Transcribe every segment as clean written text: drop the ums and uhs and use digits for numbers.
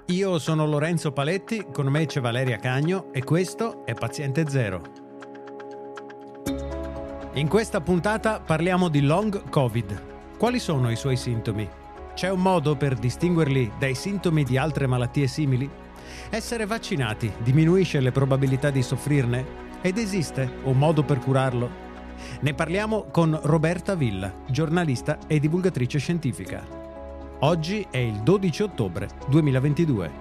Io sono Lorenzo Paletti, con me c'è Valeria Cagno e questo è Paziente Zero. In questa puntata parliamo di long Covid. Quali sono i suoi sintomi? C'è un modo per distinguerli dai sintomi di altre malattie simili? Essere vaccinati diminuisce le probabilità di soffrirne? Ed esiste un modo per curarlo? Ne parliamo con Roberta Villa, giornalista e divulgatrice scientifica. Oggi è il 12 ottobre 2022.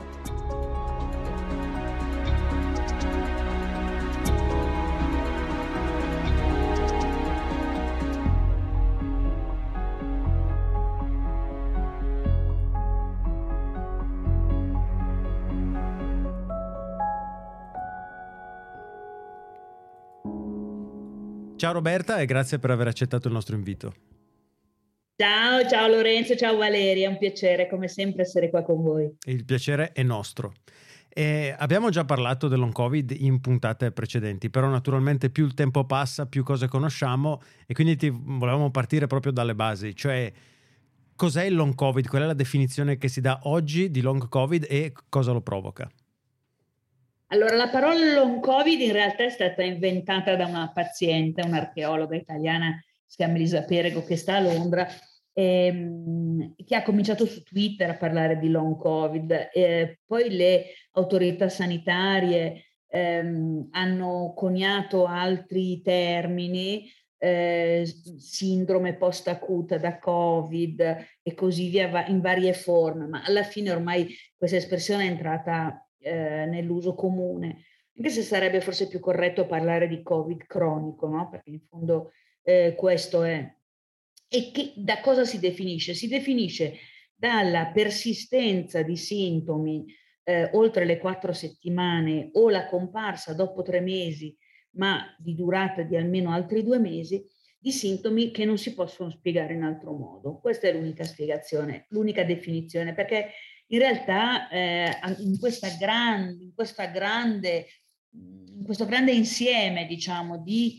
Ciao Roberta e grazie per aver accettato il nostro invito. Ciao Lorenzo, ciao Valeria, è un piacere come sempre essere qua con voi. Il piacere è nostro. Abbiamo già parlato dell'on Covid in puntate precedenti, però naturalmente più il tempo passa, più cose conosciamo e quindi volevamo partire proprio dalle basi, cioè cos'è il long Covid, qual è la definizione che si dà oggi di long Covid e cosa lo provoca? Allora, la parola long Covid in realtà è stata inventata da una paziente, un'archeologa italiana, si chiama Elisa Perego, che sta a Londra, che ha cominciato su Twitter a parlare di long Covid. Poi le autorità sanitarie hanno coniato altri termini, sindrome post-acuta da Covid e così via, in varie forme, ma alla fine ormai questa espressione è entrata nell'uso comune, anche se sarebbe forse più corretto parlare di Covid cronico, no? Perché in fondo questo è. E da cosa si definisce? Si definisce dalla persistenza di sintomi oltre le 4 settimane o la comparsa dopo 3 mesi, ma di durata di almeno altri 2 mesi, di sintomi che non si possono spiegare in altro modo. Questa è l'unica spiegazione, l'unica definizione, perché in realtà in questo grande insieme, diciamo, di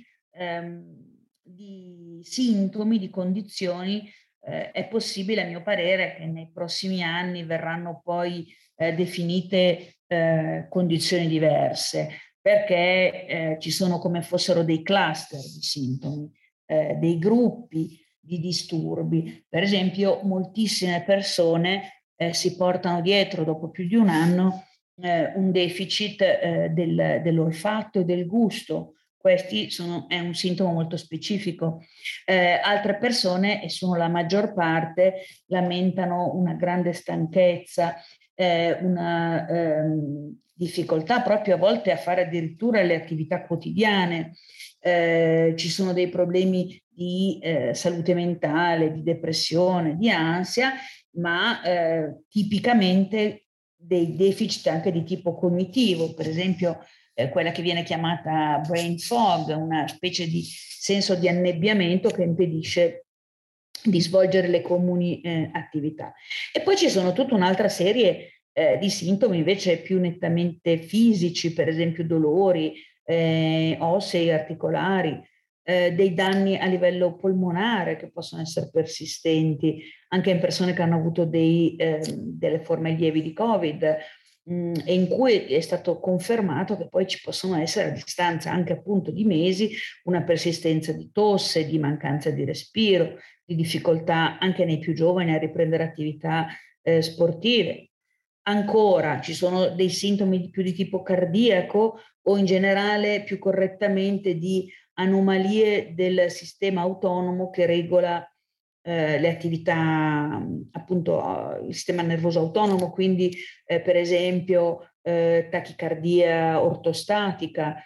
sintomi, di condizioni, è possibile, a mio parere, che nei prossimi anni verranno poi definite condizioni diverse, perché ci sono come fossero dei cluster di sintomi, dei gruppi di disturbi. Per esempio, moltissime persone si portano dietro dopo più di un anno un deficit dell'olfatto e del gusto. È un sintomo molto specifico. Altre persone, e sono la maggior parte, lamentano una grande stanchezza, una difficoltà proprio a volte a fare addirittura le attività quotidiane. Ci sono dei problemi di salute mentale, di depressione, di ansia, ma tipicamente dei deficit anche di tipo cognitivo, per esempio quella che viene chiamata brain fog, una specie di senso di annebbiamento che impedisce di svolgere le comuni attività. E poi ci sono tutta un'altra serie di sintomi invece più nettamente fisici, per esempio dolori ossei, articolari, dei danni a livello polmonare che possono essere persistenti anche in persone che hanno avuto delle forme lievi di Covid, e in cui è stato confermato che poi ci possono essere a distanza anche appunto di mesi una persistenza di tosse, di mancanza di respiro, di difficoltà anche nei più giovani a riprendere attività sportive. Ancora ci sono dei sintomi più di tipo cardiaco o in generale più correttamente di anomalie del sistema autonomo che regola le attività, appunto il sistema nervoso autonomo, quindi per esempio tachicardia ortostatica,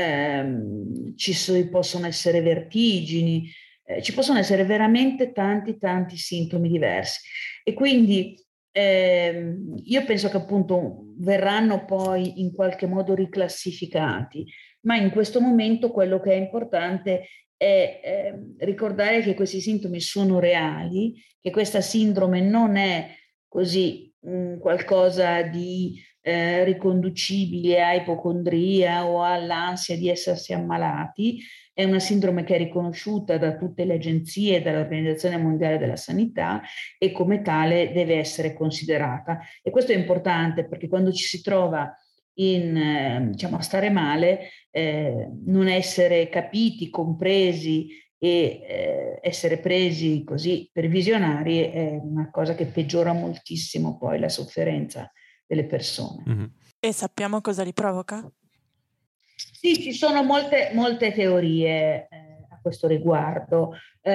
possono essere vertigini, ci possono essere veramente tanti sintomi diversi. E quindi io penso che appunto verranno poi in qualche modo riclassificati, ma in questo momento quello che è importante è ricordare che questi sintomi sono reali, che questa sindrome non è così qualcosa di riconducibile a ipocondria o all'ansia di essersi ammalati, è una sindrome che è riconosciuta da tutte le agenzie, dall'Organizzazione Mondiale della Sanità, e come tale deve essere considerata. E questo è importante perché quando ci si trova diciamo, a stare male, non essere capiti, compresi e essere presi così per visionari è una cosa che peggiora moltissimo poi la sofferenza delle persone. Mm-hmm. E sappiamo cosa li provoca? Sì, ci sono molte teorie a questo riguardo.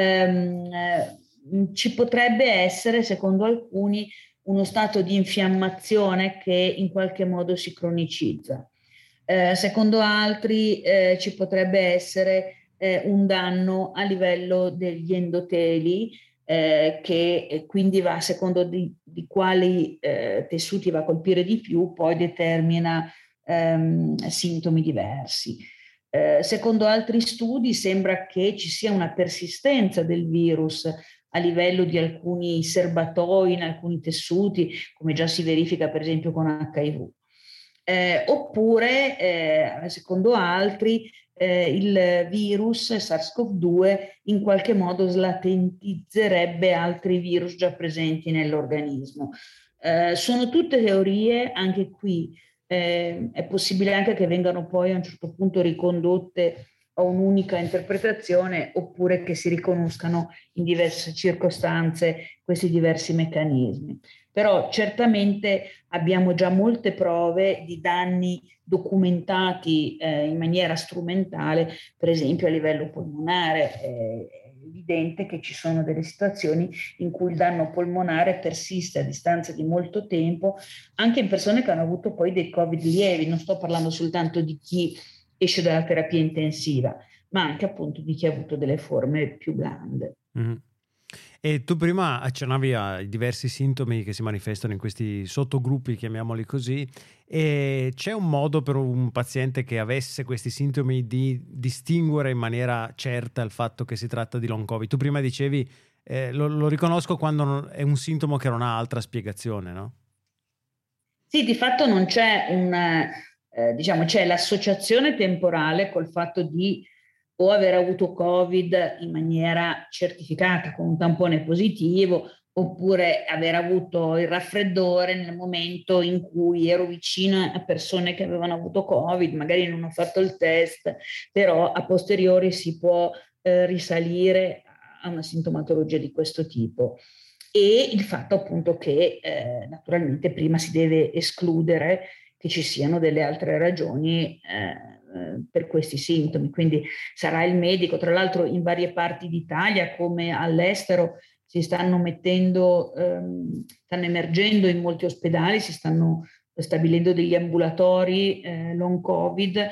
Ci potrebbe essere, secondo alcuni, uno stato di infiammazione che in qualche modo si cronicizza. Secondo altri ci potrebbe essere un danno a livello degli endoteli, che quindi va, secondo di quali tessuti va a colpire di più, poi determina sintomi diversi. Secondo altri studi sembra che ci sia una persistenza del virus a livello di alcuni serbatoi in alcuni tessuti, come già si verifica per esempio con HIV. Oppure, secondo altri, il virus SARS-CoV-2 in qualche modo slatentizzerebbe altri virus già presenti nell'organismo. Sono tutte teorie, anche qui è possibile anche che vengano poi a un certo punto ricondotte a un'unica interpretazione, oppure che si riconoscano in diverse circostanze questi diversi meccanismi. Però certamente abbiamo già molte prove di danni documentati in maniera strumentale, per esempio a livello polmonare. È evidente che ci sono delle situazioni in cui il danno polmonare persiste a distanza di molto tempo, anche in persone che hanno avuto poi dei Covid lievi. Non sto parlando soltanto di chi esce dalla terapia intensiva, ma anche appunto di chi ha avuto delle forme più blande. Mm-hmm. E tu prima accennavi ai diversi sintomi che si manifestano in questi sottogruppi, chiamiamoli così, e c'è un modo per un paziente che avesse questi sintomi di distinguere in maniera certa il fatto che si tratta di long covid? Tu prima dicevi lo riconosco quando è un sintomo che non ha altra spiegazione, no? Sì, di fatto non c'è diciamo, c'è l'associazione temporale col fatto di o aver avuto Covid in maniera certificata con un tampone positivo, oppure aver avuto il raffreddore nel momento in cui ero vicina a persone che avevano avuto Covid, magari non ho fatto il test, però a posteriori si può risalire a una sintomatologia di questo tipo. E il fatto appunto che naturalmente prima si deve escludere che ci siano delle altre ragioni per questi sintomi, quindi sarà il medico. Tra l'altro in varie parti d'Italia come all'estero si stanno stanno emergendo in molti ospedali, si stanno stabilendo degli ambulatori long covid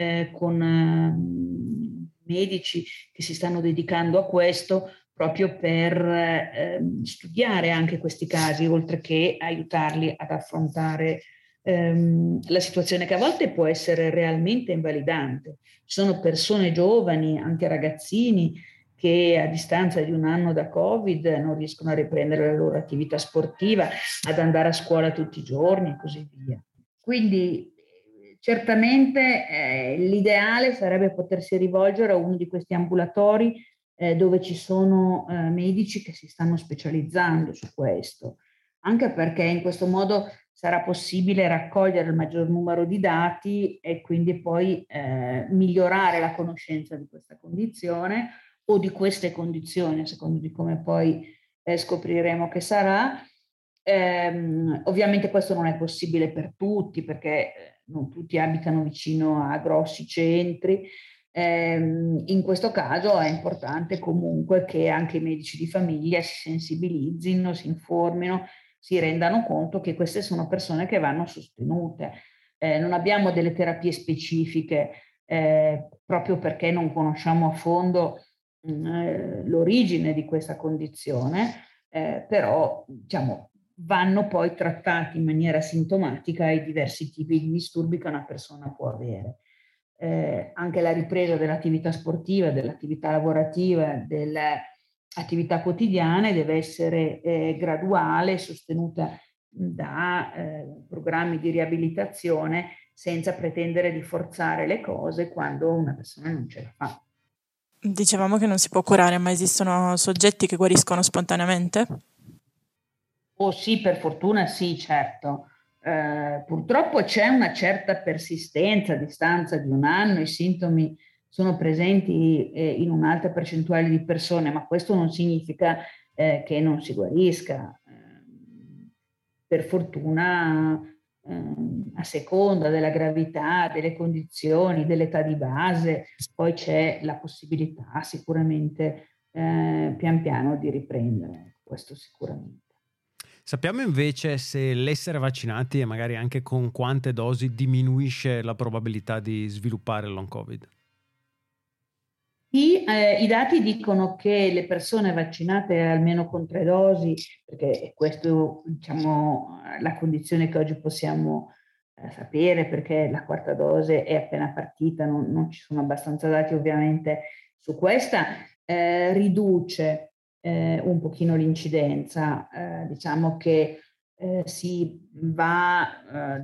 con medici che si stanno dedicando a questo, proprio per studiare anche questi casi, oltre che aiutarli ad affrontare la situazione, che a volte può essere realmente invalidante. Ci sono persone giovani, anche ragazzini, che a distanza di un anno da Covid non riescono a riprendere la loro attività sportiva, ad andare a scuola tutti i giorni e così via. Quindi certamente l'ideale sarebbe potersi rivolgere a uno di questi ambulatori dove ci sono medici che si stanno specializzando su questo, anche perché in questo modo sarà possibile raccogliere il maggior numero di dati e quindi poi migliorare la conoscenza di questa condizione o di queste condizioni, a seconda di come poi scopriremo che sarà. Ovviamente questo non è possibile per tutti, perché non tutti abitano vicino a grossi centri. In questo caso è importante comunque che anche i medici di famiglia si sensibilizzino, si informino, si rendano conto che queste sono persone che vanno sostenute. Non abbiamo delle terapie specifiche proprio perché non conosciamo a fondo l'origine di questa condizione, però diciamo vanno poi trattati in maniera sintomatica i diversi tipi di disturbi che una persona può avere. Anche la ripresa dell'attività sportiva, dell'attività lavorativa, dell'attività quotidiane deve essere graduale, sostenuta da programmi di riabilitazione, senza pretendere di forzare le cose quando una persona non ce la fa. Dicevamo che non si può curare, ma esistono soggetti che guariscono spontaneamente? Oh sì, per fortuna sì, certo. Purtroppo c'è una certa persistenza, a distanza di un anno, i sintomi sono presenti in un'alta percentuale di persone, ma questo non significa che non si guarisca. Per fortuna, a seconda della gravità, delle condizioni, dell'età di base, poi c'è la possibilità sicuramente pian piano di riprendere, questo sicuramente. Sappiamo invece se l'essere vaccinati e magari anche con quante dosi diminuisce la probabilità di sviluppare il long Covid? I dati dicono che le persone vaccinate almeno con 3 dosi, perché questa è diciamo, la condizione che oggi possiamo sapere, perché la quarta dose è appena partita, non ci sono abbastanza dati ovviamente su questa, riduce un pochino l'incidenza. Diciamo che si va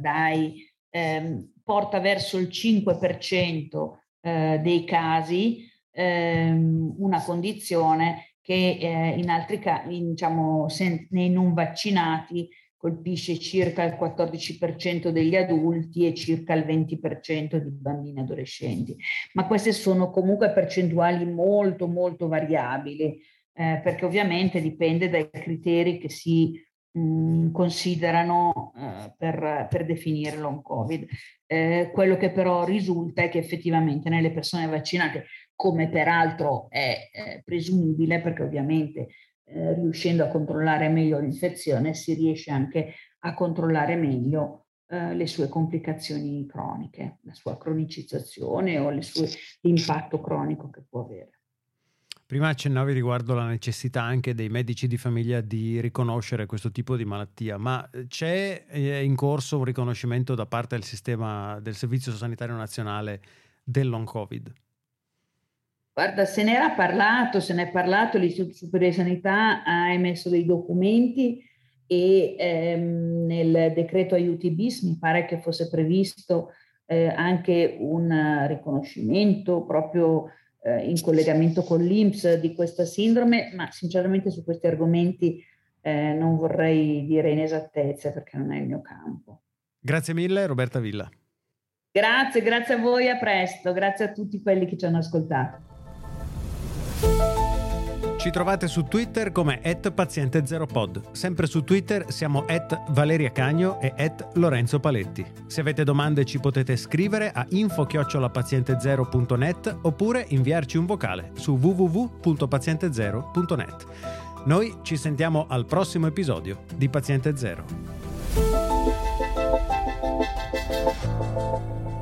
porta verso il 5% dei casi una condizione che in altri casi, diciamo, nei non vaccinati colpisce circa il 14% degli adulti e circa il 20% di bambini e adolescenti. Ma queste sono comunque percentuali molto, molto variabili, perché ovviamente dipende dai criteri che si considerano per definire long Covid. Quello che però risulta è che effettivamente nelle persone vaccinate, come peraltro è presumibile, perché ovviamente riuscendo a controllare meglio l'infezione si riesce anche a controllare meglio le sue complicazioni croniche, la sua cronicizzazione o l'impatto cronico che può avere. Prima accennavi riguardo la necessità anche dei medici di famiglia di riconoscere questo tipo di malattia, ma c'è in corso un riconoscimento da parte del sistema del Servizio Sanitario Nazionale del long Covid? Guarda, se ne è parlato, l'Istituto Superiore di Sanità ha emesso dei documenti e nel decreto aiuti bis mi pare che fosse previsto anche un riconoscimento proprio in collegamento con l'INPS di questa sindrome, ma sinceramente su questi argomenti non vorrei dire inesattezze perché non è il mio campo. Grazie mille, Roberta Villa. Grazie a voi, a presto, grazie a tutti quelli che ci hanno ascoltato. Ci trovate su Twitter come @paziente0pod. Sempre su Twitter siamo @valeriacagno e @Lorenzo Paletti. Se avete domande ci potete scrivere a info@paziente0.net oppure inviarci un vocale su www.paziente0.net. Noi ci sentiamo al prossimo episodio di Paziente Zero.